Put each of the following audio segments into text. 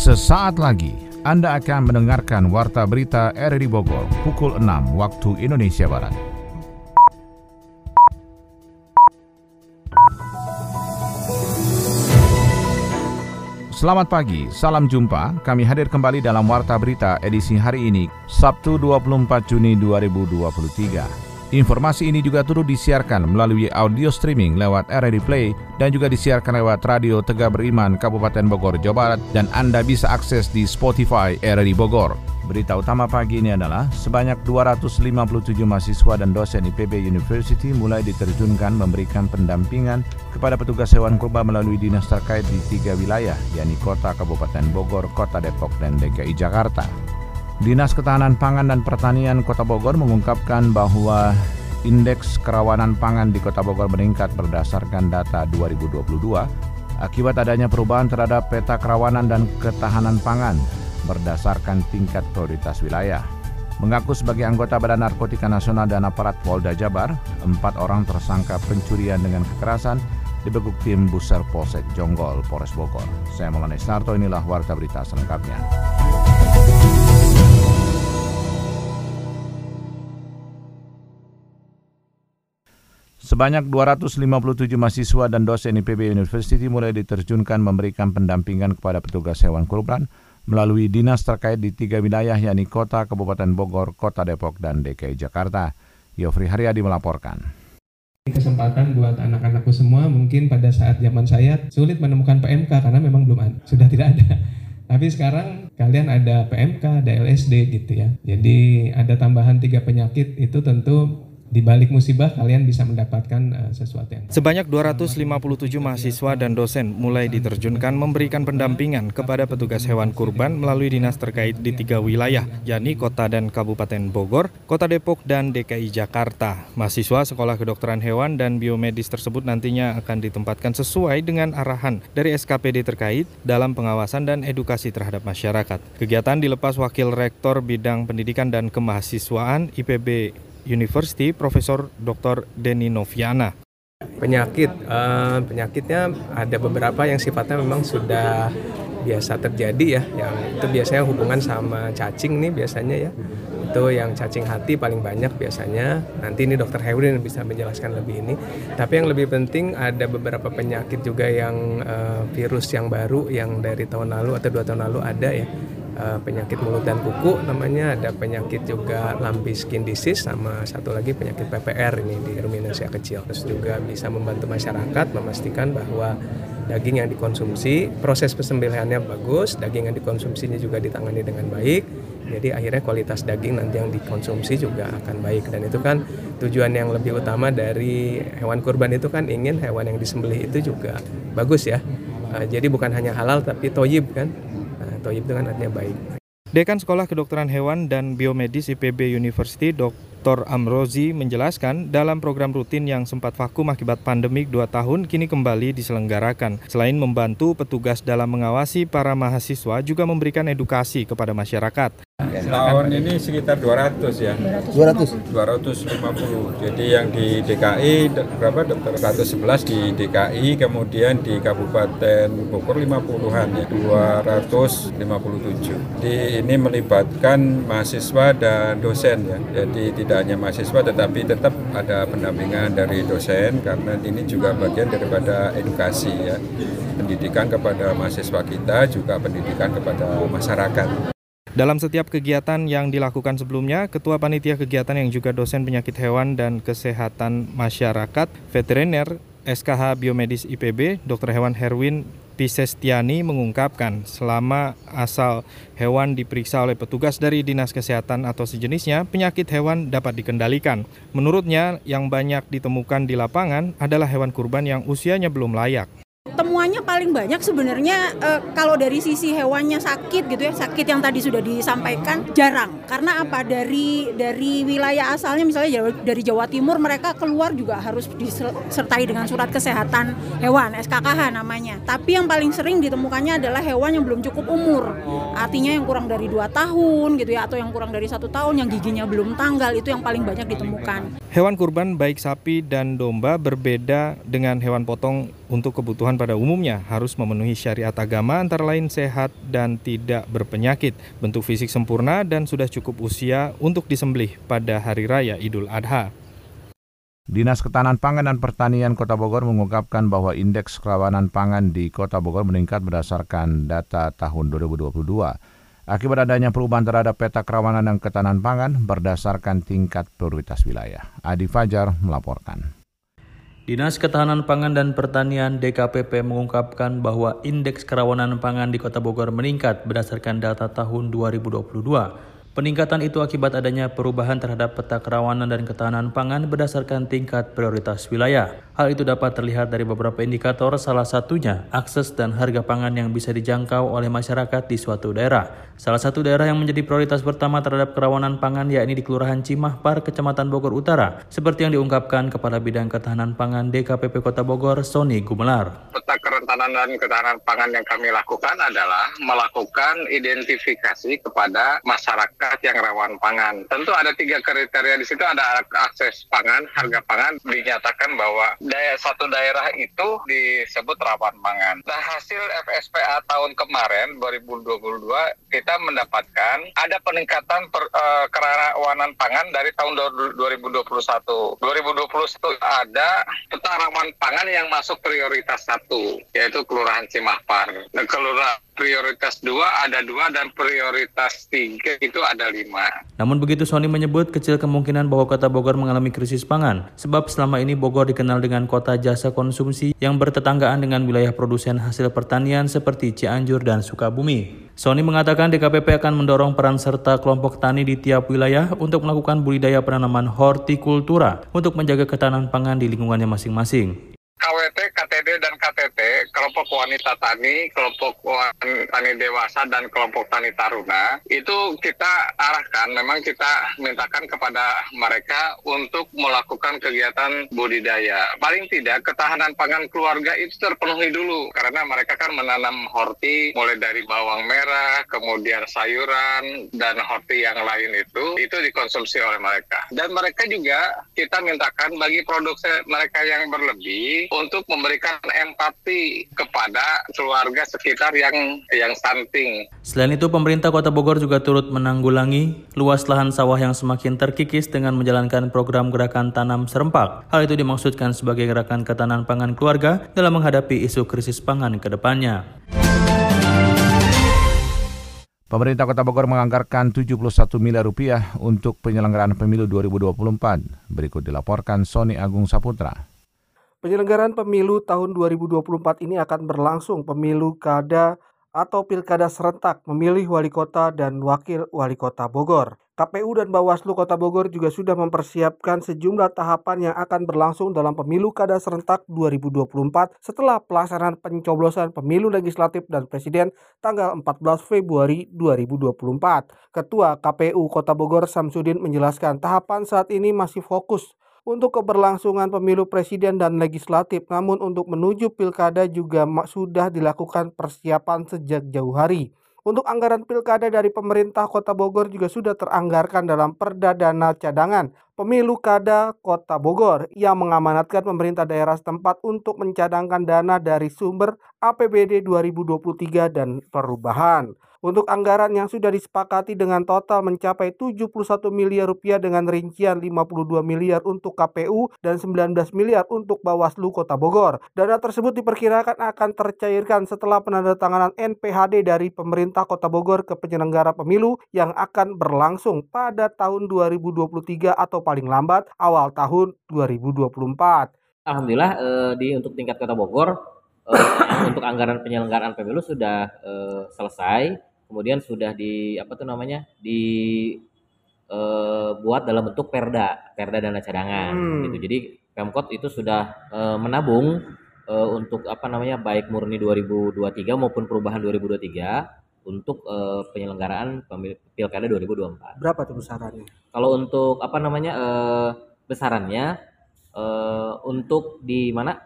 Sesaat lagi Anda akan mendengarkan Warta Berita RRI Bogor pukul 6 waktu Indonesia Barat. Selamat pagi, salam jumpa. Kami hadir kembali dalam Warta Berita edisi hari ini, Sabtu 24 Juni 2023. Informasi ini juga turut disiarkan melalui audio streaming lewat RRI Play dan juga disiarkan lewat Radio Tegak Beriman Kabupaten Bogor, Jawa Barat, dan Anda bisa akses di Spotify RRI Bogor. Berita utama pagi ini adalah sebanyak 257 mahasiswa dan dosen IPB University mulai diterjunkan memberikan pendampingan kepada petugas hewan kurban melalui dinas terkait di 3 wilayah, yakni Kota Kabupaten Bogor, Kota Depok, dan DKI Jakarta. Dinas Ketahanan Pangan dan Pertanian Kota Bogor mengungkapkan bahwa indeks kerawanan pangan di Kota Bogor meningkat berdasarkan data 2022 akibat adanya perubahan terhadap peta kerawanan dan ketahanan pangan berdasarkan tingkat prioritas wilayah. Mengaku sebagai anggota Badan Narkotika Nasional dan aparat Polda Jabar, 4 orang tersangka pencurian dengan kekerasan dibekuk tim Buser Polsek Jonggol, Polres Bogor. Saya Maulana Isnarto, inilah Warta Berita selengkapnya. Sebanyak 257 mahasiswa dan dosen IPB University mulai diterjunkan memberikan pendampingan kepada petugas hewan kurban melalui dinas terkait di 3 wilayah, yakni Kota Kabupaten Bogor, Kota Depok, dan DKI Jakarta. Yofri Haryadi melaporkan. Kesempatan buat anak-anakku semua, mungkin pada saat zaman saya sulit menemukan PMK karena memang belum ada, sudah tidak ada. Tapi sekarang kalian ada PMK, ada LSD gitu ya. Jadi ada tambahan 3 penyakit, itu tentu di balik musibah kalian bisa mendapatkan sesuatu yang... Sebanyak 257 mahasiswa dan dosen mulai diterjunkan memberikan pendampingan kepada petugas hewan kurban melalui dinas terkait di 3 wilayah, yakni Kota dan Kabupaten Bogor, Kota Depok, dan DKI Jakarta. Mahasiswa Sekolah Kedokteran Hewan dan Biomedis tersebut nantinya akan ditempatkan sesuai dengan arahan dari SKPD terkait dalam pengawasan dan edukasi terhadap masyarakat. Kegiatan dilepas Wakil Rektor Bidang Pendidikan dan Kemahasiswaan IPB University, Profesor Dr. Denny Noviana. Penyakitnya ada beberapa yang sifatnya memang sudah biasa terjadi ya, yang itu biasanya hubungan sama cacing nih biasanya ya. Itu yang cacing hati paling banyak biasanya. Nanti ini Dr. Herwin bisa menjelaskan lebih ini. Tapi yang lebih penting ada beberapa penyakit juga yang virus yang baru yang dari tahun lalu atau 2 tahun lalu ada ya. Penyakit mulut dan kuku namanya, ada penyakit juga lampi skin disease, sama satu lagi penyakit PPR ini di ruminansia kecil. Terus juga bisa membantu masyarakat memastikan bahwa daging yang dikonsumsi, proses persembelihannya bagus, daging yang dikonsumsinya juga ditangani dengan baik. Jadi akhirnya kualitas daging nanti yang dikonsumsi juga akan baik. Dan itu kan tujuan yang lebih utama dari hewan kurban itu kan ingin hewan yang disembelih itu juga bagus ya. Jadi bukan hanya halal tapi toyib kan. Toyib itu kan artinya baik. Dekan Sekolah Kedokteran Hewan dan Biomedis IPB University, Dr. Amrozi menjelaskan dalam program rutin yang sempat vakum akibat pandemik 2 tahun kini kembali diselenggarakan. Selain membantu petugas dalam mengawasi para mahasiswa, juga memberikan edukasi kepada masyarakat. Tahun ini sekitar 200 ya. 250. Jadi yang di DKI berapa dokter? 111 di DKI, kemudian di Kabupaten Bogor 50-an ya, 257. Jadi ini melibatkan mahasiswa dan dosen ya. Jadi tidak hanya mahasiswa tetapi tetap ada pendampingan dari dosen karena ini juga bagian daripada edukasi ya. Pendidikan kepada mahasiswa kita, juga pendidikan kepada masyarakat. Dalam setiap kegiatan yang dilakukan sebelumnya, Ketua Panitia Kegiatan yang juga dosen penyakit hewan dan kesehatan masyarakat veteriner SKH Biomedis IPB, Dr. Hewan Herwin Pisestiani mengungkapkan selama asal hewan diperiksa oleh petugas dari Dinas Kesehatan atau sejenisnya, penyakit hewan dapat dikendalikan. Menurutnya, yang banyak ditemukan di lapangan adalah hewan kurban yang usianya belum layak. Temuannya paling banyak sebenarnya kalau dari sisi hewannya sakit gitu ya, sakit yang tadi sudah disampaikan jarang. Karena apa? Dari wilayah asalnya misalnya dari Jawa Timur, mereka keluar juga harus disertai dengan surat kesehatan hewan, SKKH namanya. Tapi yang paling sering ditemukannya adalah hewan yang belum cukup umur. Artinya yang kurang dari 2 tahun gitu ya, atau yang kurang dari 1 tahun, yang giginya belum tanggal, itu yang paling banyak ditemukan. Hewan kurban baik sapi dan domba berbeda dengan hewan potong untuk kebutuhan pada umumnya harus memenuhi syariat agama antara lain sehat dan tidak berpenyakit, bentuk fisik sempurna dan sudah cukup usia untuk disembelih pada Hari Raya Idul Adha. Dinas Ketahanan Pangan dan Pertanian Kota Bogor mengungkapkan bahwa indeks kerawanan pangan di Kota Bogor meningkat berdasarkan data tahun 2022. Akibat adanya perubahan terhadap peta kerawanan dan ketahanan pangan berdasarkan tingkat prioritas wilayah. Adi Fajar melaporkan. Dinas Ketahanan Pangan dan Pertanian DKPP mengungkapkan bahwa indeks kerawanan pangan di Kota Bogor meningkat berdasarkan data tahun 2022. Peningkatan itu akibat adanya perubahan terhadap peta kerawanan dan ketahanan pangan berdasarkan tingkat prioritas wilayah. Hal itu dapat terlihat dari beberapa indikator, salah satunya akses dan harga pangan yang bisa dijangkau oleh masyarakat di suatu daerah. Salah satu daerah yang menjadi prioritas pertama terhadap kerawanan pangan yakni di Kelurahan Cimahpar, Kecamatan Bogor Utara, seperti yang diungkapkan Kepala Bidang Ketahanan Pangan DKPP Kota Bogor, Sony Gumelar. Peta kerentanan dan ketahanan pangan yang kami lakukan adalah melakukan identifikasi kepada masyarakat yang rawan pangan. Tentu ada 3 kriteria di situ, ada akses pangan, harga pangan, dinyatakan bahwa satu daerah itu disebut rawan pangan. Nah, hasil FSPA tahun kemarin 2022 kita mendapatkan ada peningkatan kerawanan pangan dari tahun 2021. 2021 ada peta rawan pangan yang masuk prioritas 1, yaitu Kelurahan Cimahpar. Nah, Kelurahan prioritas 2 ada 2 dan prioritas 3 itu ada 5. Namun begitu, Sony menyebut kecil kemungkinan bahwa Kota Bogor mengalami krisis pangan, sebab selama ini Bogor dikenal dengan kota jasa konsumsi yang bertetanggaan dengan wilayah produsen hasil pertanian seperti Cianjur dan Sukabumi. Sony mengatakan DKPP akan mendorong peran serta kelompok tani di tiap wilayah untuk melakukan budidaya penanaman hortikultura untuk menjaga ketahanan pangan di lingkungannya masing-masing. KWT, KTD, dan KTT, kelompok wanita tani, kelompok tani dewasa, dan kelompok tani taruna, itu kita arahkan, memang kita mintakan kepada mereka untuk melakukan kegiatan budidaya. Paling tidak, ketahanan pangan keluarga itu terpenuhi dulu, karena mereka kan menanam horti, mulai dari bawang merah, kemudian sayuran, dan horti yang lain itu dikonsumsi oleh mereka. Dan mereka juga, kita mintakan bagi produksi mereka yang berlebih, untuk memberikan empati kepada keluarga sekitar yang stunting. Selain itu, pemerintah Kota Bogor juga turut menanggulangi luas lahan sawah yang semakin terkikis dengan menjalankan program gerakan tanam serempak. Hal itu dimaksudkan sebagai gerakan ketahanan pangan keluarga dalam menghadapi isu krisis pangan ke depannya. Pemerintah Kota Bogor menganggarkan 71 miliar rupiah untuk penyelenggaraan pemilu 2024. Berikut dilaporkan Sony Agung Saputra. Penyelenggaraan pemilu tahun 2024 ini akan berlangsung pemilu kada atau pilkada serentak memilih wali kota dan wakil wali kota Bogor. KPU dan Bawaslu Kota Bogor juga sudah mempersiapkan sejumlah tahapan yang akan berlangsung dalam pemilu kada serentak 2024 setelah pelaksanaan pencoblosan pemilu legislatif dan presiden tanggal 14 Februari 2024. Ketua KPU Kota Bogor Samsudin menjelaskan tahapan saat ini masih fokus untuk keberlangsungan pemilu presiden dan legislatif, namun untuk menuju pilkada juga sudah dilakukan persiapan sejak jauh hari. Untuk anggaran pilkada dari pemerintah Kota Bogor juga sudah teranggarkan dalam Perda Dana Cadangan Pemilu Kada Kota Bogor yang mengamanatkan pemerintah daerah setempat untuk mencadangkan dana dari sumber APBD 2023 dan perubahan. Untuk anggaran yang sudah disepakati dengan total mencapai 71 miliar rupiah dengan rincian 52 miliar untuk KPU dan 19 miliar untuk Bawaslu Kota Bogor. Dana tersebut diperkirakan akan tercairkan setelah penandatanganan NPHD dari pemerintah Kota Bogor ke penyelenggara pemilu yang akan berlangsung pada tahun 2023 atau paling lambat awal tahun 2024. Alhamdulillah untuk tingkat Kota Bogor untuk anggaran penyelenggaraan pemilu sudah selesai, kemudian sudah dibuat dalam bentuk perda dana cadangan gitu. Jadi Pemkot itu sudah menabung untuk baik murni 2023 maupun perubahan 2023 untuk penyelenggaraan pilkada 2024. Berapa tuh besarannya? Kalau untuk besarannya untuk di mana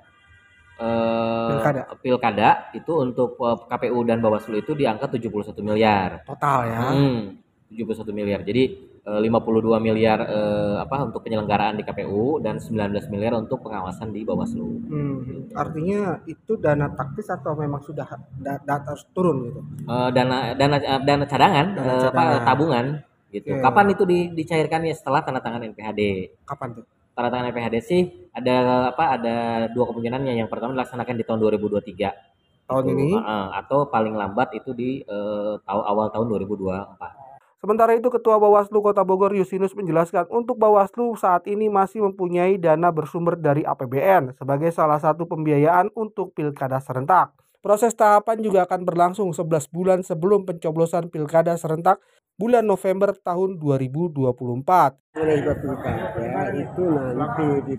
pilkada itu untuk KPU dan Bawaslu itu di angka 71 miliar total ya. 71 miliar. Jadi 52 miliar untuk penyelenggaraan di KPU dan 19 miliar untuk pengawasan di Bawaslu. Artinya itu dana taktis atau memang sudah data turun gitu? Dana cadangan, tabungan gitu. Okay. Kapan itu dicairkannya? Setelah tanda tangan NPHD. Kapan tuh? Tanda tangan NPHD sih ada dua kemungkinannya. Yang pertama dilaksanakan di tahun 2023. Tahun ini? Atau paling lambat itu di awal tahun 2024. Sementara itu, Ketua Bawaslu Kota Bogor Yusinus menjelaskan untuk Bawaslu saat ini masih mempunyai dana bersumber dari APBN sebagai salah satu pembiayaan untuk pilkada serentak. Proses tahapan juga akan berlangsung 11 bulan sebelum pencoblosan pilkada serentak bulan November tahun 2024. Mulai pilkada itu nanti di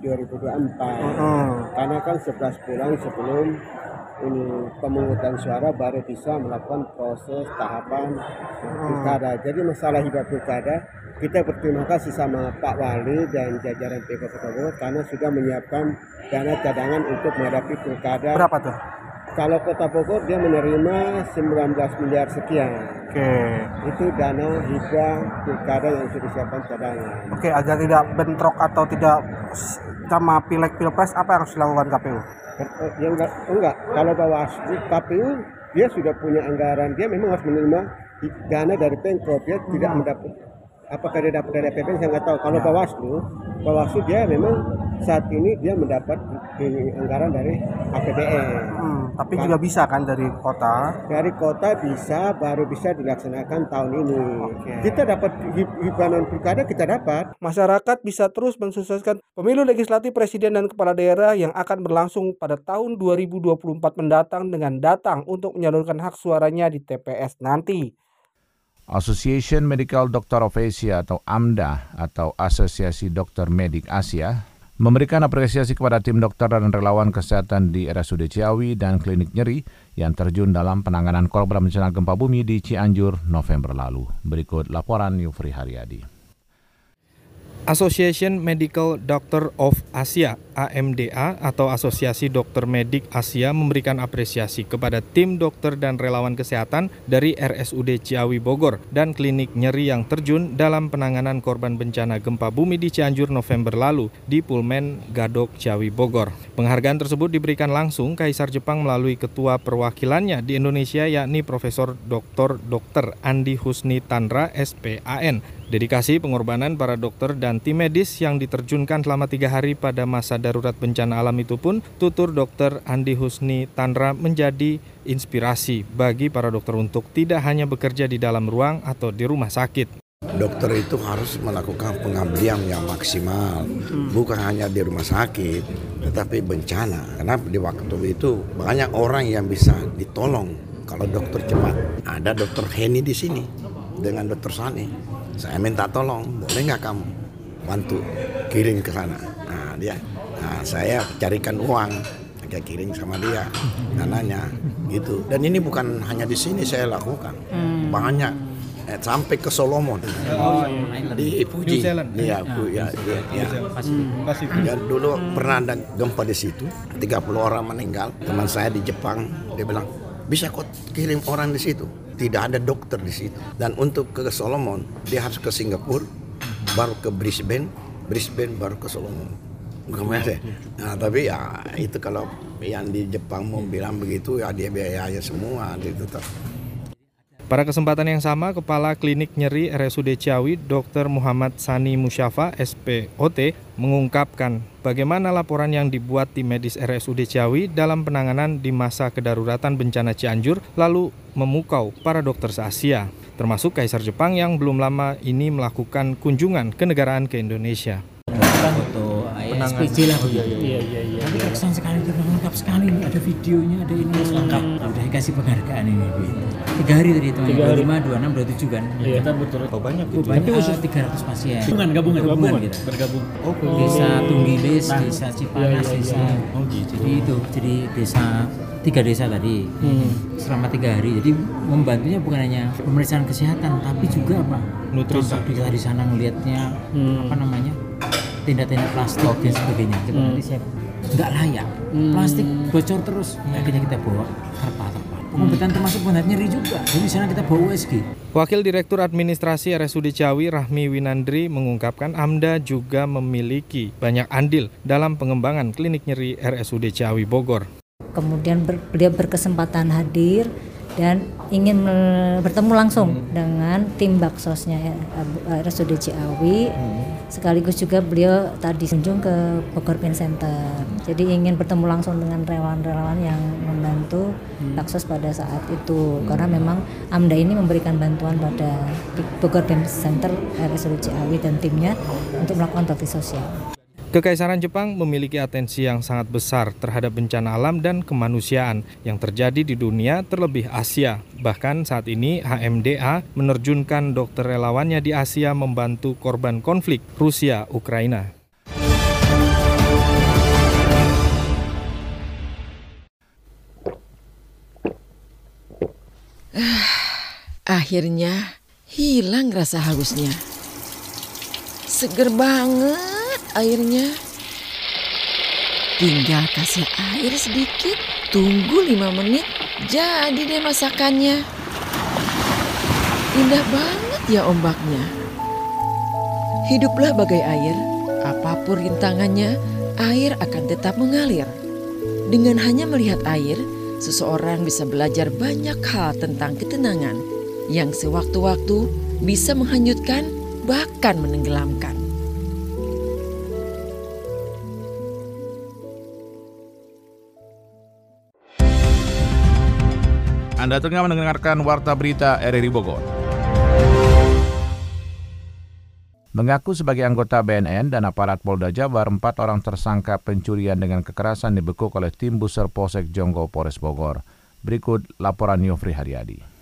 2024, karena kan 11 bulan sebelum ini pemungutan suara baru bisa melakukan proses tahapan pilkada. Jadi masalah hibah pilkada, kita berterima kasih sama Pak Wali dan jajaran PK Kota Bogor karena sudah menyiapkan dana cadangan untuk menghadapi pilkada. Berapa tuh? Kalau Kota Bogor dia menerima 19 miliar sekian. Oke. Itu dana hibah pilkada yang sudah disiapkan cadangan. Oke, agar tidak bentrok atau tidak sama pileg pilpres, apa yang harus dilakukan KPU? Enggak. Kalau Bawaslu KPU dia sudah punya anggaran, dia memang harus menerima dana dari Pemkot. Dia tidak mendapat, apakah dia dapat dari APBN saya nggak tahu. Kalau Bawaslu dia memang saat ini dia mendapat anggaran dari APBN. Tapi juga bisa kan dari kota? Dari kota bisa, baru bisa dilaksanakan tahun ini. Kita dapat hibahan pilkada, kita dapat. Masyarakat bisa terus mensukseskan pemilu legislatif presiden dan kepala daerah yang akan berlangsung pada tahun 2024 mendatang dengan datang untuk menyalurkan hak suaranya di TPS nanti. Association Medical Doctor of Asia atau AMDA atau Asosiasi Dokter Medik Asia memberikan apresiasi kepada tim dokter dan relawan kesehatan di RSUD Ciawi dan Klinik Nyeri yang terjun dalam penanganan korban bencana gempa bumi di Cianjur November lalu. Berikut laporan Yufri Haryadi. Association Medical Doctor of Asia (AMDA) atau Asosiasi Dokter Medik Asia memberikan apresiasi kepada tim dokter dan relawan kesehatan dari RSUD Ciawi Bogor dan Klinik Nyeri yang terjun dalam penanganan korban bencana gempa bumi di Cianjur November lalu di Pulmen Gadok Ciawi Bogor. Penghargaan tersebut diberikan langsung Kaisar Jepang melalui ketua perwakilannya di Indonesia yakni Profesor Dr. Andi Husni Tandra SPAN. Dedikasi pengorbanan para dokter dan tim medis yang diterjunkan selama 3 hari pada masa darurat bencana alam itu pun, tutur Dr. Andi Husni Tandra menjadi inspirasi bagi para dokter untuk tidak hanya bekerja di dalam ruang atau di rumah sakit. Dokter itu harus melakukan pengabdian yang maksimal, bukan hanya di rumah sakit, tetapi bencana. Karena di waktu itu banyak orang yang bisa ditolong kalau dokter cepat. Ada dokter Heni di sini dengan dokter Sani. Saya minta tolong, boleh nggak kamu bantu kirim ke sana? Saya carikan uang, saya kirim sama dia, dananya gitu. Dan ini bukan hanya di sini saya lakukan, banyak sampai ke Solomon, di Fuji. Ya. Dulu pernah ada gempa di situ, 30 orang meninggal. Teman saya di Jepang, dia bilang bisa kok kirim orang di situ. Tidak ada dokter di situ. Dan untuk ke Solomon, dia harus ke Singapura, baru ke Brisbane baru ke Solomon. Nah, tapi ya itu kalau yang di Jepang mau bilang begitu ya dia biayanya semua gitu. Pada kesempatan yang sama, Kepala Klinik Nyeri RSUD Ciawi, Dr. Muhammad Sani Musyafa, SPOT, mengungkapkan bagaimana laporan yang dibuat tim medis RSUD Ciawi dalam penanganan di masa kedaruratan bencana Cianjur lalu memukau para dokter se-Asia, termasuk Kaisar Jepang yang belum lama ini melakukan kunjungan kenegaraan ke Indonesia. SPJ lah begitu. Iya. Tapi terkesan sekali, lengkap sekali, ada videonya, ada ini lengkap. Udah dikasih penghargaan ini. 3 hari tadi teman-teman, 25, 26, 27 kan. Iya, kita betul. Banyak. 300 pasien. Gabungan kita. Bergabung. Desa Tunggilis, Desa Cipanas, Desa. Jadi itu, jadi desa 3 desa tadi. Selama 3 hari. Jadi membantunya bukan hanya pemeriksaan kesehatan, tapi juga apa? Nutrisi. Kita di sana ngelihatnya tindak-tindak plastik dan sebagainya. Nanti saya nggak layak, plastik bocor terus, akhirnya kita bawa terpal. Pengobatan termasuk pengendalian nyeri juga. Jadi di sana kita bawa USG. Wakil Direktur Administrasi RSUD Ciawi Rahmi Winandri mengungkapkan AMDA juga memiliki banyak andil dalam pengembangan klinik nyeri RSUD Ciawi Bogor. Kemudian beliau berkesempatan hadir dan ingin bertemu langsung dengan tim Baksosnya RSUD Ciawi. Sekaligus juga beliau tadi kunjung ke Bogor Pain Center. Jadi ingin bertemu langsung dengan relawan-relawan yang membantu Baksos pada saat itu. Karena memang AMDA ini memberikan bantuan pada Bogor Pain Center RSUD Ciawi dan timnya untuk melakukan bakti sosial. Kekaisaran Jepang memiliki atensi yang sangat besar terhadap bencana alam dan kemanusiaan yang terjadi di dunia, terlebih Asia. Bahkan saat ini HMDA menerjunkan dokter relawannya di Asia membantu korban konflik Rusia-Ukraina. Akhirnya hilang rasa hausnya. Seger banget airnya. Tinggal kasih air sedikit, tunggu 5 menit, jadi deh masakannya. Indah banget ya ombaknya. Hiduplah bagai air, apapun rintangannya, air akan tetap mengalir. Dengan hanya melihat air, seseorang bisa belajar banyak hal tentang ketenangan yang sewaktu-waktu bisa menghanyutkan, bahkan menenggelamkan. Anda tengah mendengarkan Warta Berita RRI Bogor. Mengaku sebagai anggota BNN dan aparat Polda Jabar, 4 orang tersangka pencurian dengan kekerasan dibekuk oleh tim Buser Polsek Jonggol Polres Bogor. Berikut laporan Yofri Haryadi.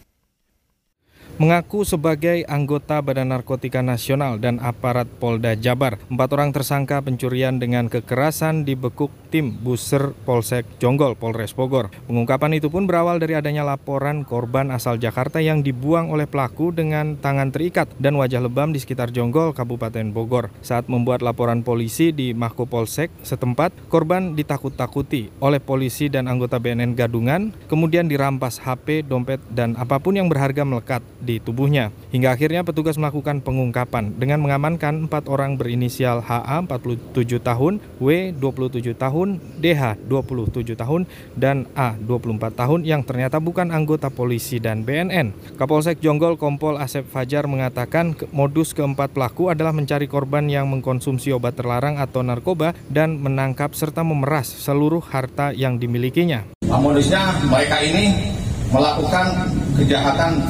Mengaku sebagai anggota Badan Narkotika Nasional dan aparat Polda Jabar, 4 orang tersangka pencurian dengan kekerasan dibekuk tim Buser Polsek Jonggol Polres Bogor. Pengungkapan itu pun berawal dari adanya laporan korban asal Jakarta yang dibuang oleh pelaku dengan tangan terikat dan wajah lebam di sekitar Jonggol, Kabupaten Bogor. Saat membuat laporan polisi di Mako Polsek setempat, korban ditakut-takuti oleh polisi dan anggota BNN Gadungan, kemudian dirampas HP, dompet, dan apapun yang berharga melekat di tubuhnya. Hingga akhirnya petugas melakukan pengungkapan dengan mengamankan 4 orang berinisial HA 47 tahun, W 27 tahun, DH 27 tahun, dan A 24 tahun yang ternyata bukan anggota polisi dan BNN. Kapolsek Jonggol Kompol Asep Fajar mengatakan modus keempat pelaku adalah mencari korban yang mengkonsumsi obat terlarang atau narkoba dan menangkap serta memeras seluruh harta yang dimilikinya. Modusnya mereka ini melakukan kejahatan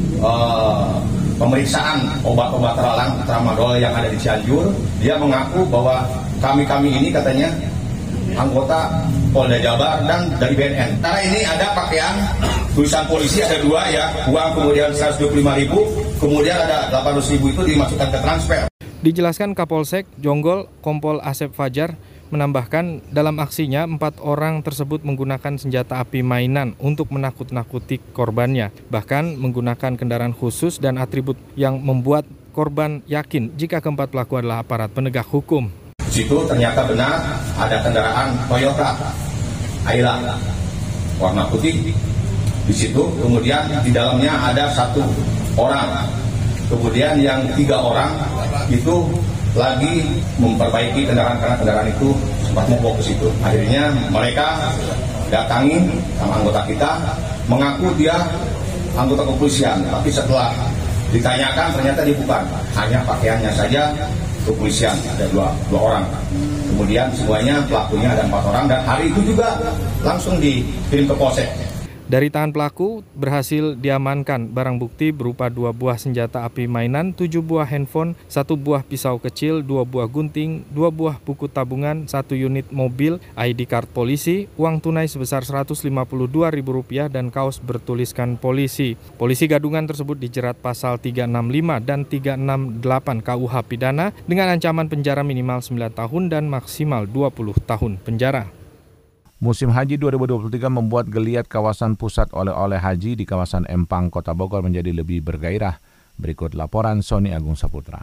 pemeriksaan obat-obat terlarang tramadol yang ada di Cianjur. Dia mengaku bahwa kami ini katanya anggota Polda Jabar dan dari BNN. Karena ini ada pakaian tulisan polisi ada 2 ya, uang kemudian 125.000, kemudian ada 800.000 itu dimasukkan ke transfer. Dijelaskan Kapolsek Jonggol Kompol Asep Fajar menambahkan dalam aksinya 4 orang tersebut menggunakan senjata api mainan untuk menakut-nakuti korbannya. Bahkan menggunakan kendaraan khusus dan atribut yang membuat korban yakin jika keempat pelaku adalah aparat penegak hukum. Di situ ternyata benar ada kendaraan Toyota Ayla warna putih. Di situ kemudian di dalamnya ada 1 orang. Kemudian yang 3 orang itu lagi memperbaiki kendaraan karena kendaraan itu sempat mogok ke situ. Akhirnya mereka datangi sama anggota kita, mengaku dia anggota kepolisian, tapi setelah ditanyakan ternyata dia bukan, hanya pakaiannya saja kepolisian, ada dua orang. Kemudian semuanya pelakunya ada 4 orang dan hari itu juga langsung dikirim ke polsek. Dari tangan pelaku berhasil diamankan barang bukti berupa 2 buah senjata api mainan, 7 buah handphone, 1 buah pisau kecil, 2 buah gunting, 2 buah buku tabungan, 1 unit mobil, ID card polisi, uang tunai sebesar Rp152.000 dan kaos bertuliskan polisi. Polisi Gadungan tersebut dijerat pasal 365 dan 368 KUH Pidana dengan ancaman penjara minimal 9 tahun dan maksimal 20 tahun penjara. Musim Haji 2023 membuat geliat kawasan pusat oleh-oleh haji di kawasan Empang, Kota Bogor menjadi lebih bergairah. Berikut laporan Sony Agung Saputra.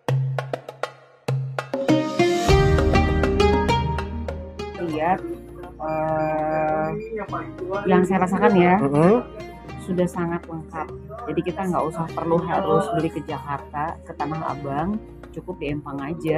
Lihat Yang saya rasakan ya, sudah sangat lengkap. Jadi kita nggak usah perlu harus beli ke Jakarta, ke Tanah Abang, cukup di Empang aja.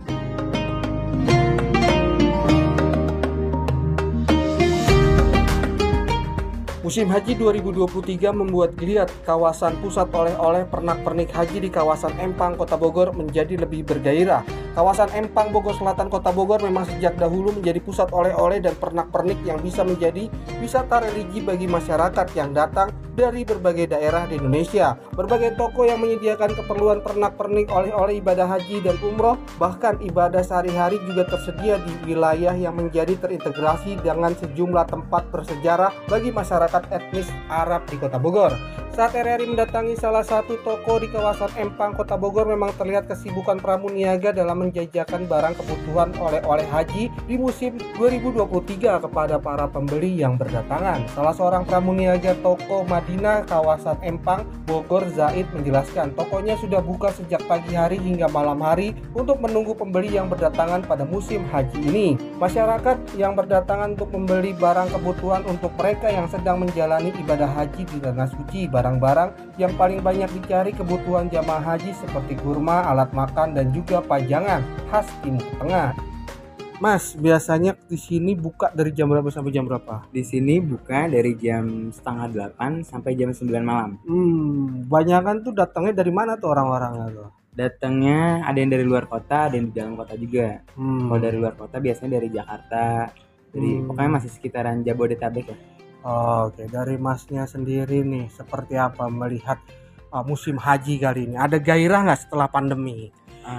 Musim Haji 2023 membuat geliat kawasan pusat oleh-oleh pernak-pernik haji di kawasan Empang, Kota Bogor menjadi lebih bergairah. Kawasan Empang, Bogor Selatan, Kota Bogor memang sejak dahulu menjadi pusat oleh-oleh dan pernak-pernik yang bisa menjadi wisata religi bagi masyarakat yang datang dari berbagai daerah di Indonesia. Berbagai toko yang menyediakan keperluan pernak-pernik oleh-oleh ibadah haji dan umroh, bahkan ibadah sehari-hari juga tersedia di wilayah yang menjadi terintegrasi dengan sejumlah tempat bersejarah bagi masyarakat etnis Arab di Kota Bogor. Saat RRI mendatangi salah satu toko di kawasan Empang, Kota Bogor, memang terlihat kesibukan pramuniaga dalam menjajakan barang kebutuhan oleh-oleh haji di musim 2023 kepada para pembeli yang berdatangan. Salah seorang pramuniaga toko Madinah kawasan Empang, Bogor, Zaid menjelaskan tokonya sudah buka sejak pagi hari hingga malam hari untuk menunggu pembeli yang berdatangan pada musim haji ini. Masyarakat yang berdatangan untuk membeli barang kebutuhan untuk mereka yang sedang menjalani ibadah haji di Tanah Suci. Barang-barang yang paling banyak dicari kebutuhan jamaah haji seperti kurma, alat makan, dan juga pajangan khas Timur Tengah. Mas, biasanya di sini buka dari jam berapa sampai jam berapa? Di sini buka dari jam 7:30 sampai jam 9 malam. Banyakan tuh datangnya dari mana tuh orang-orangnya tuh? Datangnya ada yang dari luar kota, ada yang di dalam kota juga. Kalau dari luar kota biasanya dari Jakarta. Jadi pokoknya masih sekitaran Jabodetabek ya. Oke, dari Masnya sendiri nih, seperti apa melihat musim haji kali ini? Ada gairah nggak setelah pandemi?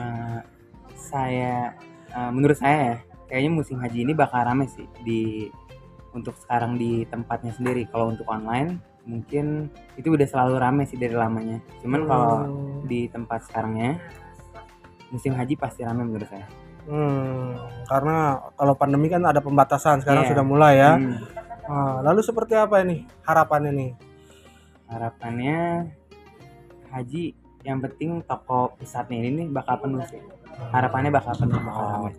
Menurut saya ya, kayaknya musim haji ini bakal rame sih untuk sekarang di tempatnya sendiri. Kalau untuk online mungkin itu udah selalu rame sih dari lamanya. Cuman kalau di tempat sekarangnya musim haji pasti rame menurut saya. Karena kalau pandemi kan ada pembatasan, sekarang sudah mulai ya. Lalu seperti apa ini harapannya nih? Harapannya haji yang penting toko pusatnya ini nih bakal penuh sih. Harapannya bakal penuh, bakal ramai.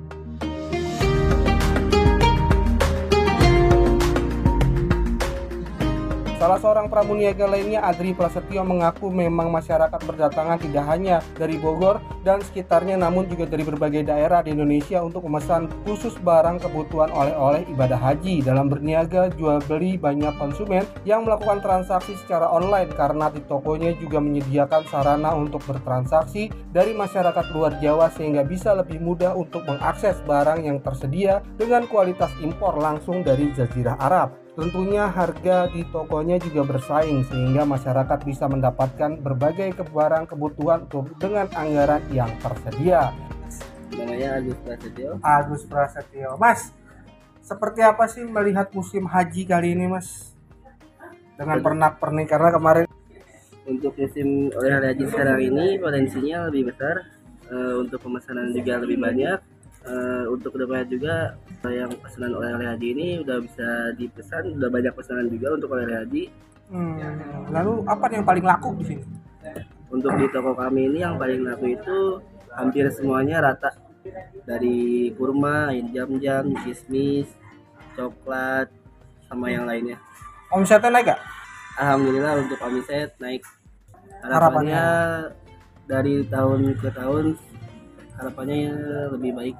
Salah seorang pramuniaga lainnya, Adri Prasetyo, mengaku memang masyarakat berdatangan tidak hanya dari Bogor dan sekitarnya, namun juga dari berbagai daerah di Indonesia untuk memesan khusus barang kebutuhan oleh-oleh ibadah haji. Dalam berniaga jual beli, banyak konsumen yang melakukan transaksi secara online karena di tokonya juga menyediakan sarana untuk bertransaksi dari masyarakat luar Jawa sehingga bisa lebih mudah untuk mengakses barang yang tersedia dengan kualitas impor langsung dari Jazirah Arab. Tentunya harga di tokonya juga bersaing sehingga masyarakat bisa mendapatkan berbagai barang kebutuhan dengan anggaran yang tersedia. Namanya Agus Prasetyo. Agus Prasetyo. Mas, seperti apa sih melihat musim haji kali ini, Mas? Dengan pernak-pernik, karena kemarin untuk musim oleh-oleh haji sekarang ini potensinya lebih besar, untuk pemesanan juga lebih banyak. Untuk kedepannya juga yang pesanan oleh-oleh haji ini udah bisa dipesan, udah banyak pesanan juga untuk oleh-oleh haji. Lalu apa yang paling laku di sini? Untuk di toko kami ini yang paling laku itu hampir semuanya rata, dari kurma, jam-jam, kismis, coklat, sama yang lainnya. Omsetnya naik gak? Alhamdulillah untuk omset naik. Harapannya dari tahun ke tahun harapannya lebih baik.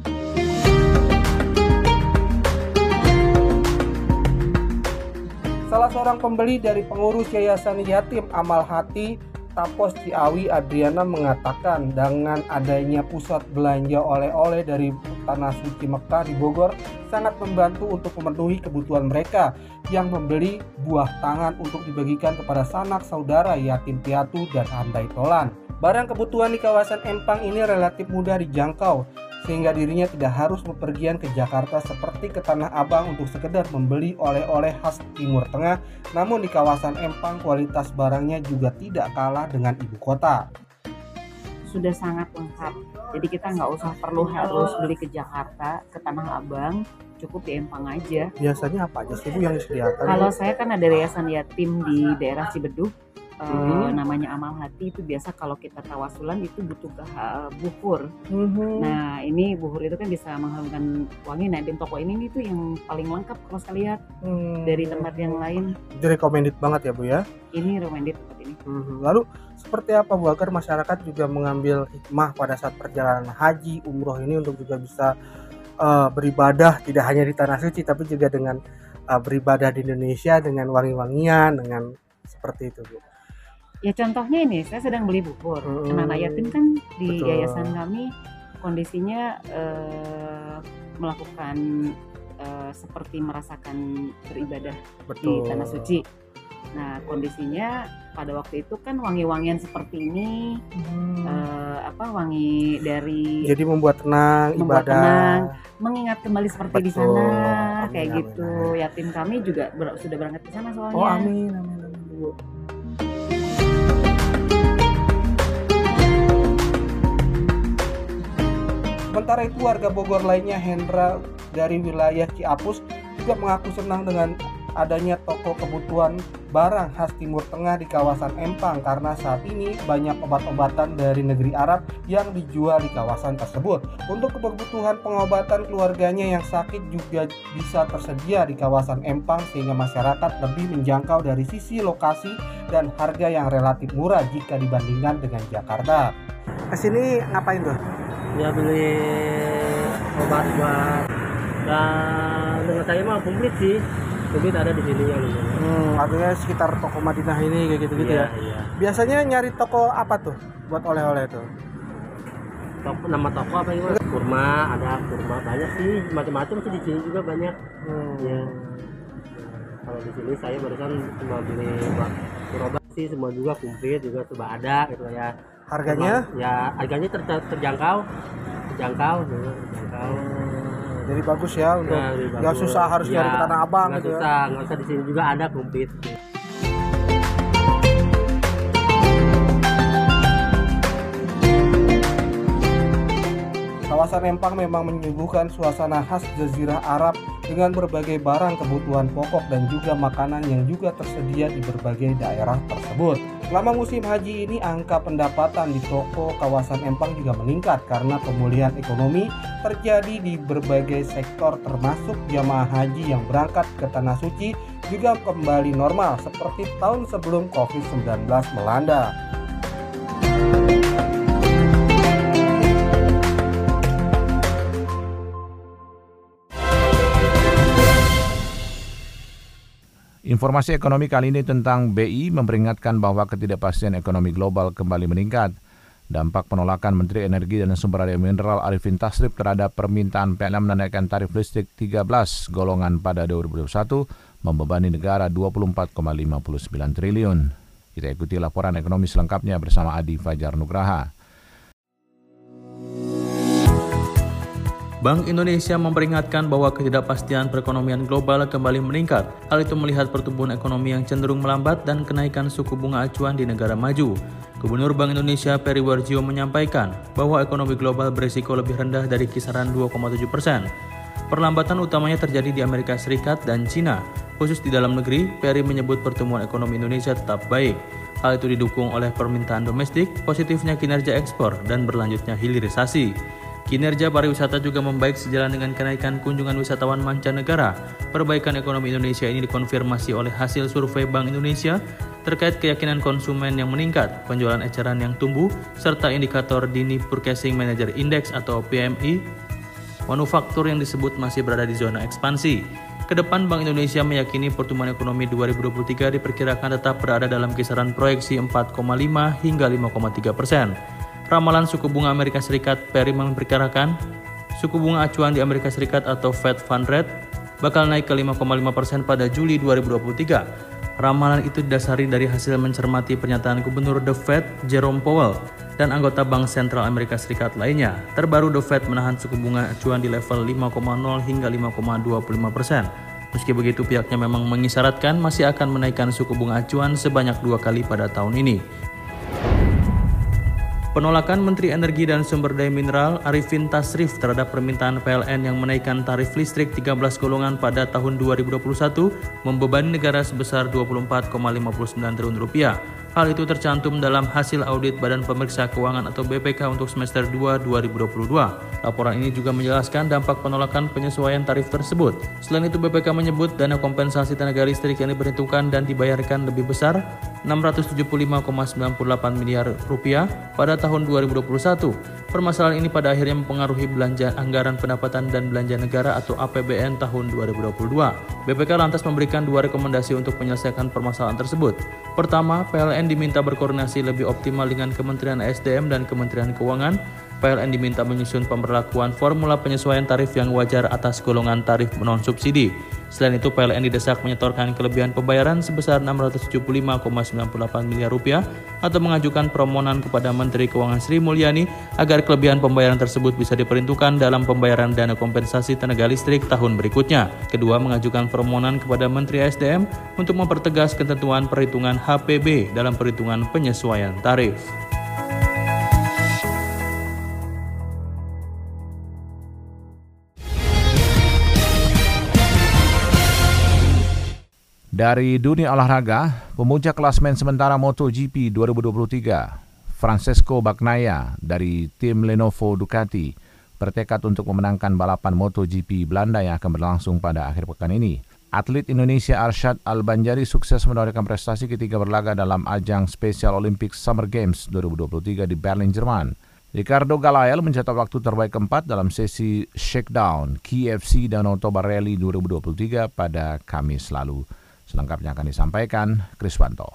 Salah seorang pembeli dari pengurus Yayasan Yatim Amal Hati Tapos Ciawi, Adriana, mengatakan dengan adanya pusat belanja oleh-oleh dari Tanah Suci Mekah di Bogor sangat membantu untuk memenuhi kebutuhan mereka yang membeli buah tangan untuk dibagikan kepada sanak saudara yatim piatu dan handai tolan. Barang kebutuhan di kawasan Empang ini relatif mudah dijangkau sehingga dirinya tidak harus bepergian ke Jakarta seperti ke Tanah Abang untuk sekedar membeli oleh-oleh khas Timur Tengah. Namun di kawasan Empang kualitas barangnya juga tidak kalah dengan ibu kota. Sudah sangat lengkap, jadi kita nggak usah perlu harus beli ke Jakarta, ke Tanah Abang, cukup di Empang aja. Biasanya apa aja sih Bu yang disediakan? Kalau saya kan ada yayasan yatim di daerah Cibeduh, namanya amal hati itu biasa kalau kita tawasulan itu butuh buhur. Nah ini buhur itu kan bisa mengharumkan wangi. Nah di toko ini tuh yang paling lengkap kalau saya lihat dari tempat yang lain. Jadi recommended banget ya Bu ya? Ini recommended tempat ini. Lalu seperti apa Bu agar masyarakat juga mengambil hikmah pada saat perjalanan haji, umroh ini untuk juga bisa beribadah tidak hanya di Tanah Suci tapi juga dengan beribadah di Indonesia dengan wangi-wangian, dengan seperti itu Bu. Ya contohnya ini saya sedang beli bukur anak yatim kan di yayasan kami kondisinya melakukan seperti merasakan beribadah di Tanah Suci. Nah kondisinya pada waktu itu kan wangi-wangian seperti ini wangi dari jadi membuat tenang ibadah, mengingat kembali seperti di sana. Amin, kayak amin, gitu amin. Yatim kami juga sudah berangkat ke sana soalnya. Amin. Sementara itu warga Bogor lainnya, Hendra dari wilayah Ciapus, juga mengaku senang dengan adanya toko kebutuhan barang khas Timur Tengah di kawasan Empang karena saat ini banyak obat-obatan dari negeri Arab yang dijual di kawasan tersebut. Untuk kebutuhan pengobatan keluarganya yang sakit juga bisa tersedia di kawasan Empang sehingga masyarakat lebih menjangkau dari sisi lokasi dan harga yang relatif murah jika dibandingkan dengan Jakarta. Kesini ngapain tuh? Ya beli obat buat dengan saya mah komplit sih. Komplit ada di sini yang ini. Artinya sekitar toko Madinah ini kayak gitu-gitu ya. Iya. Biasanya nyari toko apa tuh buat oleh-oleh tuh? Nama toko apa ini? Kurma, ada kurma banyak sih, macam-macam sih di sini juga banyak. Ya. Kalau di sini saya barusan cuma beli buat berobat sih, semua juga komplit juga coba ada gitu ya. Harganya? Ya harganya terjangkau. Jadi bagus ya untuk nggak susah harus cari ke Tanah Abang gitu ya. Nggak usah di sini juga ada komplit. Kawasan Empang memang menyuguhkan suasana khas Jazirah Arab dengan berbagai barang kebutuhan pokok dan juga makanan yang juga tersedia di berbagai daerah tersebut. Selama musim haji ini angka pendapatan di toko kawasan Empang juga meningkat karena pemulihan ekonomi terjadi di berbagai sektor termasuk jamaah haji yang berangkat ke Tanah Suci juga kembali normal seperti tahun sebelum COVID-19 melanda. Informasi ekonomi kali ini tentang BI memperingatkan bahwa ketidakpastian ekonomi global kembali meningkat. Dampak penolakan Menteri Energi dan Sumber Daya Mineral Arifin Tasrif terhadap permintaan PLN menaikkan tarif listrik 13 golongan pada 2021 membebani negara 24,59 triliun. Kita ikuti laporan ekonomi selengkapnya bersama Adi Fajar Nugraha. Bank Indonesia memperingatkan bahwa ketidakpastian perekonomian global kembali meningkat. Hal itu melihat pertumbuhan ekonomi yang cenderung melambat dan kenaikan suku bunga acuan di negara maju. Gubernur Bank Indonesia Peri Warjio menyampaikan bahwa ekonomi global berisiko lebih rendah dari kisaran 2,7%. Perlambatan utamanya terjadi di Amerika Serikat dan Cina. Khusus di dalam negeri, Peri menyebut pertumbuhan ekonomi Indonesia tetap baik. Hal itu didukung oleh permintaan domestik, positifnya kinerja ekspor, dan berlanjutnya hilirisasi. Kinerja pariwisata juga membaik sejalan dengan kenaikan kunjungan wisatawan mancanegara. Perbaikan ekonomi Indonesia ini dikonfirmasi oleh hasil survei Bank Indonesia terkait keyakinan konsumen yang meningkat, penjualan eceran yang tumbuh, serta indikator Dini Purchasing Manager Index atau PMI. Manufaktur yang disebut masih berada di zona ekspansi. Kedepan Bank Indonesia meyakini pertumbuhan ekonomi 2023 diperkirakan tetap berada dalam kisaran proyeksi 4,5 hingga 5,3%. Ramalan suku bunga Amerika Serikat, Peri memperkirakan suku bunga acuan di Amerika Serikat atau Fed Fund Rate bakal naik ke 5,5% pada Juli 2023. Ramalan itu didasari dari hasil mencermati pernyataan Gubernur The Fed, Jerome Powell, dan anggota Bank Sentral Amerika Serikat lainnya. Terbaru The Fed menahan suku bunga acuan di level 5,0 hingga 5,25%. Meski begitu, pihaknya memang mengisyaratkan masih akan menaikkan suku bunga acuan sebanyak 2 kali pada tahun ini. Penolakan Menteri Energi dan Sumber Daya Mineral Arifin Tasrif terhadap permintaan PLN yang menaikkan tarif listrik 13 golongan pada tahun 2021 membebani negara sebesar 24,59 triliun rupiah. Hal itu tercantum dalam hasil audit Badan Pemeriksa Keuangan atau BPK untuk semester 2 2022. Laporan ini juga menjelaskan dampak penolakan penyesuaian tarif tersebut. Selain itu, BPK menyebut dana kompensasi tenaga listrik yang diperhitungkan dan dibayarkan lebih besar, 675,98 miliar rupiah pada tahun 2021. Permasalahan ini pada akhirnya mempengaruhi belanja anggaran pendapatan dan belanja negara atau APBN tahun 2022. BPK lantas memberikan 2 rekomendasi untuk menyelesaikan permasalahan tersebut. Pertama, PLN diminta berkoordinasi lebih optimal dengan Kementerian SDM dan Kementerian Keuangan. PLN diminta menyusun pemberlakuan formula penyesuaian tarif yang wajar atas golongan tarif non-subsidi. Selain itu, PLN didesak menyetorkan kelebihan pembayaran sebesar 675,98 miliar rupiah atau mengajukan permohonan kepada Menteri Keuangan Sri Mulyani agar kelebihan pembayaran tersebut bisa diperuntukkan dalam pembayaran dana kompensasi tenaga listrik tahun berikutnya. Kedua, mengajukan permohonan kepada Menteri SDM untuk mempertegas ketentuan perhitungan HPB dalam perhitungan penyesuaian tarif. Dari dunia olahraga, pemuncak klasmen sementara MotoGP 2023, Francesco Bagnaia dari tim Lenovo Ducati, bertekad untuk memenangkan balapan MotoGP Belanda yang akan berlangsung pada akhir pekan ini. Atlet Indonesia Arsyad Al-Banjari sukses menorehkan prestasi ketika berlaga dalam ajang Special Olympics Summer Games 2023 di Berlin, Jerman. Ricardo Galael mencetak waktu terbaik keempat dalam sesi shakedown KFC Danau Toba Rally 2023 pada Kamis lalu. Selengkapnya akan disampaikan Kriswanto.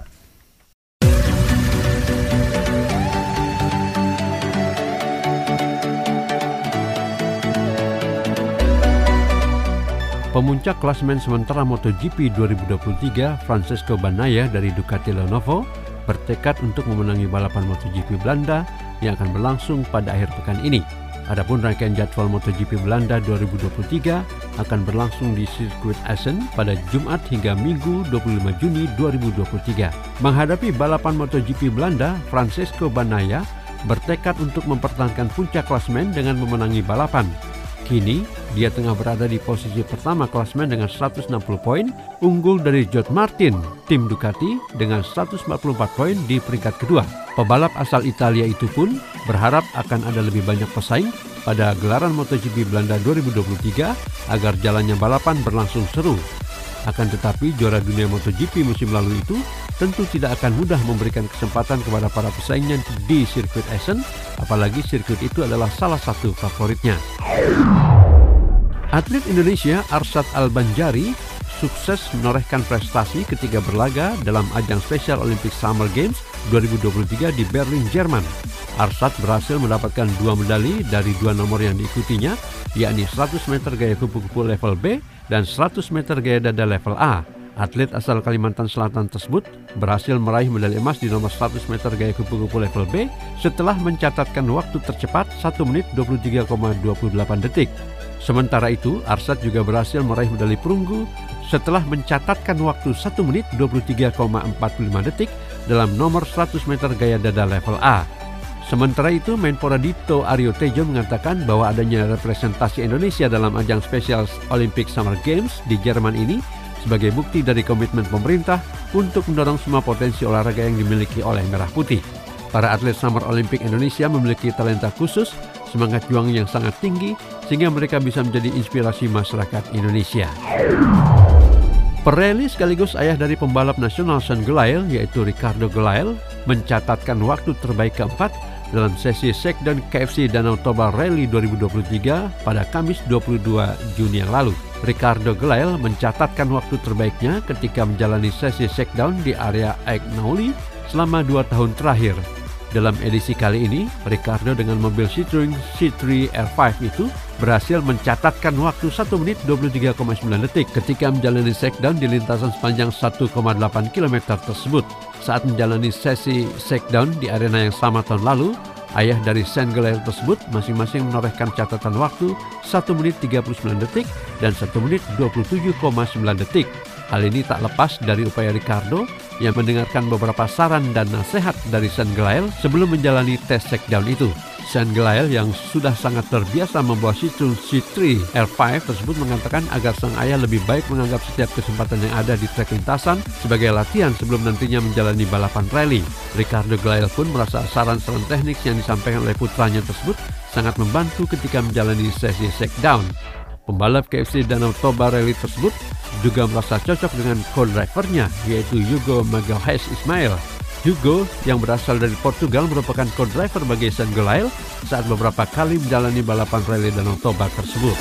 Pemuncak klasemen sementara MotoGP 2023, Francesco Bagnaia dari Ducati Lenovo, bertekad untuk memenangi balapan MotoGP Belanda yang akan berlangsung pada akhir pekan ini. Adapun rangkaian jadwal MotoGP Belanda 2023 akan berlangsung di sirkuit Assen pada Jumat hingga Minggu 25 Juni 2023. Menghadapi balapan MotoGP Belanda, Francesco Bagnaia bertekad untuk mempertahankan puncak klasemen dengan memenangi balapan. Kini, dia tengah berada di posisi pertama klasemen dengan 160 poin, unggul dari Jorge Martin, tim Ducati dengan 144 poin di peringkat kedua. Pebalap asal Italia itu pun berharap akan ada lebih banyak pesaing pada gelaran MotoGP Belanda 2023 agar jalannya balapan berlangsung seru. Akan tetapi, juara dunia MotoGP musim lalu itu tentu tidak akan mudah memberikan kesempatan kepada para pesaingnya di sirkuit Assen, apalagi sirkuit itu adalah salah satu favoritnya. Atlet Indonesia Arsyad Al-Banjari sukses menorehkan prestasi ketika berlaga dalam ajang Special Olympics Summer Games 2023 di Berlin, Jerman. Arsyad berhasil mendapatkan 2 medali dari 2 nomor yang diikutinya, yakni 100 meter gaya kupu-kupu level B dan 100 meter gaya dada level A. Atlet asal Kalimantan Selatan tersebut berhasil meraih medali emas di nomor 100 meter gaya kupu-kupu level B setelah mencatatkan waktu tercepat 1 menit 23,28 detik. Sementara itu, Arsyad juga berhasil meraih medali perunggu setelah mencatatkan waktu 1 menit 23,45 detik dalam nomor 100 meter gaya dada level A. Sementara itu, Menpora Dito Aryo Tejo mengatakan bahwa adanya representasi Indonesia dalam ajang Special Olympics Summer Games di Jerman ini sebagai bukti dari komitmen pemerintah untuk mendorong semua potensi olahraga yang dimiliki oleh Merah Putih. Para atlet Summer Olympic Indonesia memiliki talenta khusus, semangat juang yang sangat tinggi, sehingga mereka bisa menjadi inspirasi masyarakat Indonesia. Pereli sekaligus ayah dari pembalap nasional Sean Gelael, yaitu Ricardo Gelael, mencatatkan waktu terbaik keempat dalam sesi shakedown KFC Danau Toba Rally 2023 pada Kamis 22 Juni yang lalu. Ricardo Gelael mencatatkan waktu terbaiknya ketika menjalani sesi shakedown di area Aignauli selama 2 tahun terakhir. Dalam edisi kali ini, Ricardo dengan mobil Citroen C3 R5 itu berhasil mencatatkan waktu 1 menit 23,9 detik ketika menjalani shakedown di lintasan sepanjang 1,8 km tersebut. Saat menjalani sesi shakedown di arena yang sama tahun lalu, ayah dari Sean Gelael tersebut masing-masing menorehkan catatan waktu 1 menit 39 detik dan 1 menit 27,9 detik. Hal ini tak lepas dari upaya Ricardo yang mendengarkan beberapa saran dan nasihat dari Sean Gelael sebelum menjalani tes shakedown itu. Sean Gelael yang sudah sangat terbiasa membawa Shih Tzu C3 R5 tersebut mengatakan agar sang ayah lebih baik menganggap setiap kesempatan yang ada di trek lintasan sebagai latihan sebelum nantinya menjalani balapan rally. Ricardo Gelael pun merasa saran-saran teknik yang disampaikan oleh putranya tersebut sangat membantu ketika menjalani sesi shakedown. Pembalap KFC Danau Toba Rally tersebut juga merasa cocok dengan co-drivernya yaitu Hugo Magalhaes Ismail. Hugo yang berasal dari Portugal merupakan co-driver bagi Sean Gelael saat beberapa kali menjalani balapan rally Danau Toba tersebut.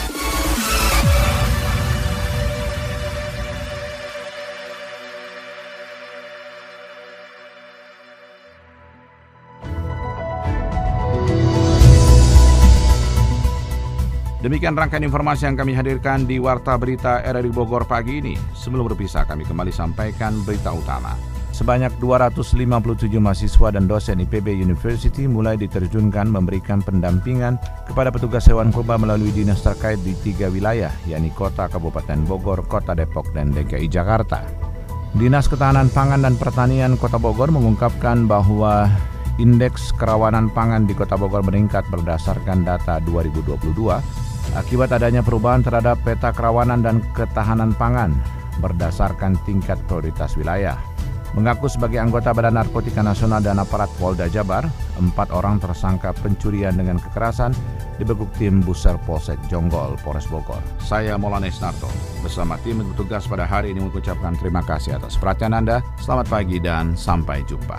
Demikian rangkaian informasi yang kami hadirkan di Warta Berita RRI Bogor pagi ini. Sebelum berpisah, kami kembali sampaikan berita utama. Sebanyak 257 mahasiswa dan dosen IPB University mulai diterjunkan memberikan pendampingan kepada petugas hewan kurban melalui dinas terkait di 3 wilayah, yakni Kota Kabupaten Bogor, Kota Depok, dan DKI Jakarta. Dinas Ketahanan Pangan dan Pertanian Kota Bogor mengungkapkan bahwa indeks kerawanan pangan di Kota Bogor meningkat berdasarkan data 2022 akibat adanya perubahan terhadap peta kerawanan dan ketahanan pangan berdasarkan tingkat prioritas wilayah. Mengaku sebagai anggota Badan Narkotika Nasional dan aparat Polda Jabar, 4 orang tersangka pencurian dengan kekerasan dibekuk tim Buser Polsek Jonggol, Polres Bogor. Saya Molanes Narto, bersama tim yang bertugas pada hari ini mengucapkan terima kasih atas perhatian Anda. Selamat pagi dan sampai jumpa.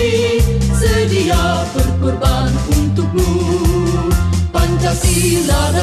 Pancasila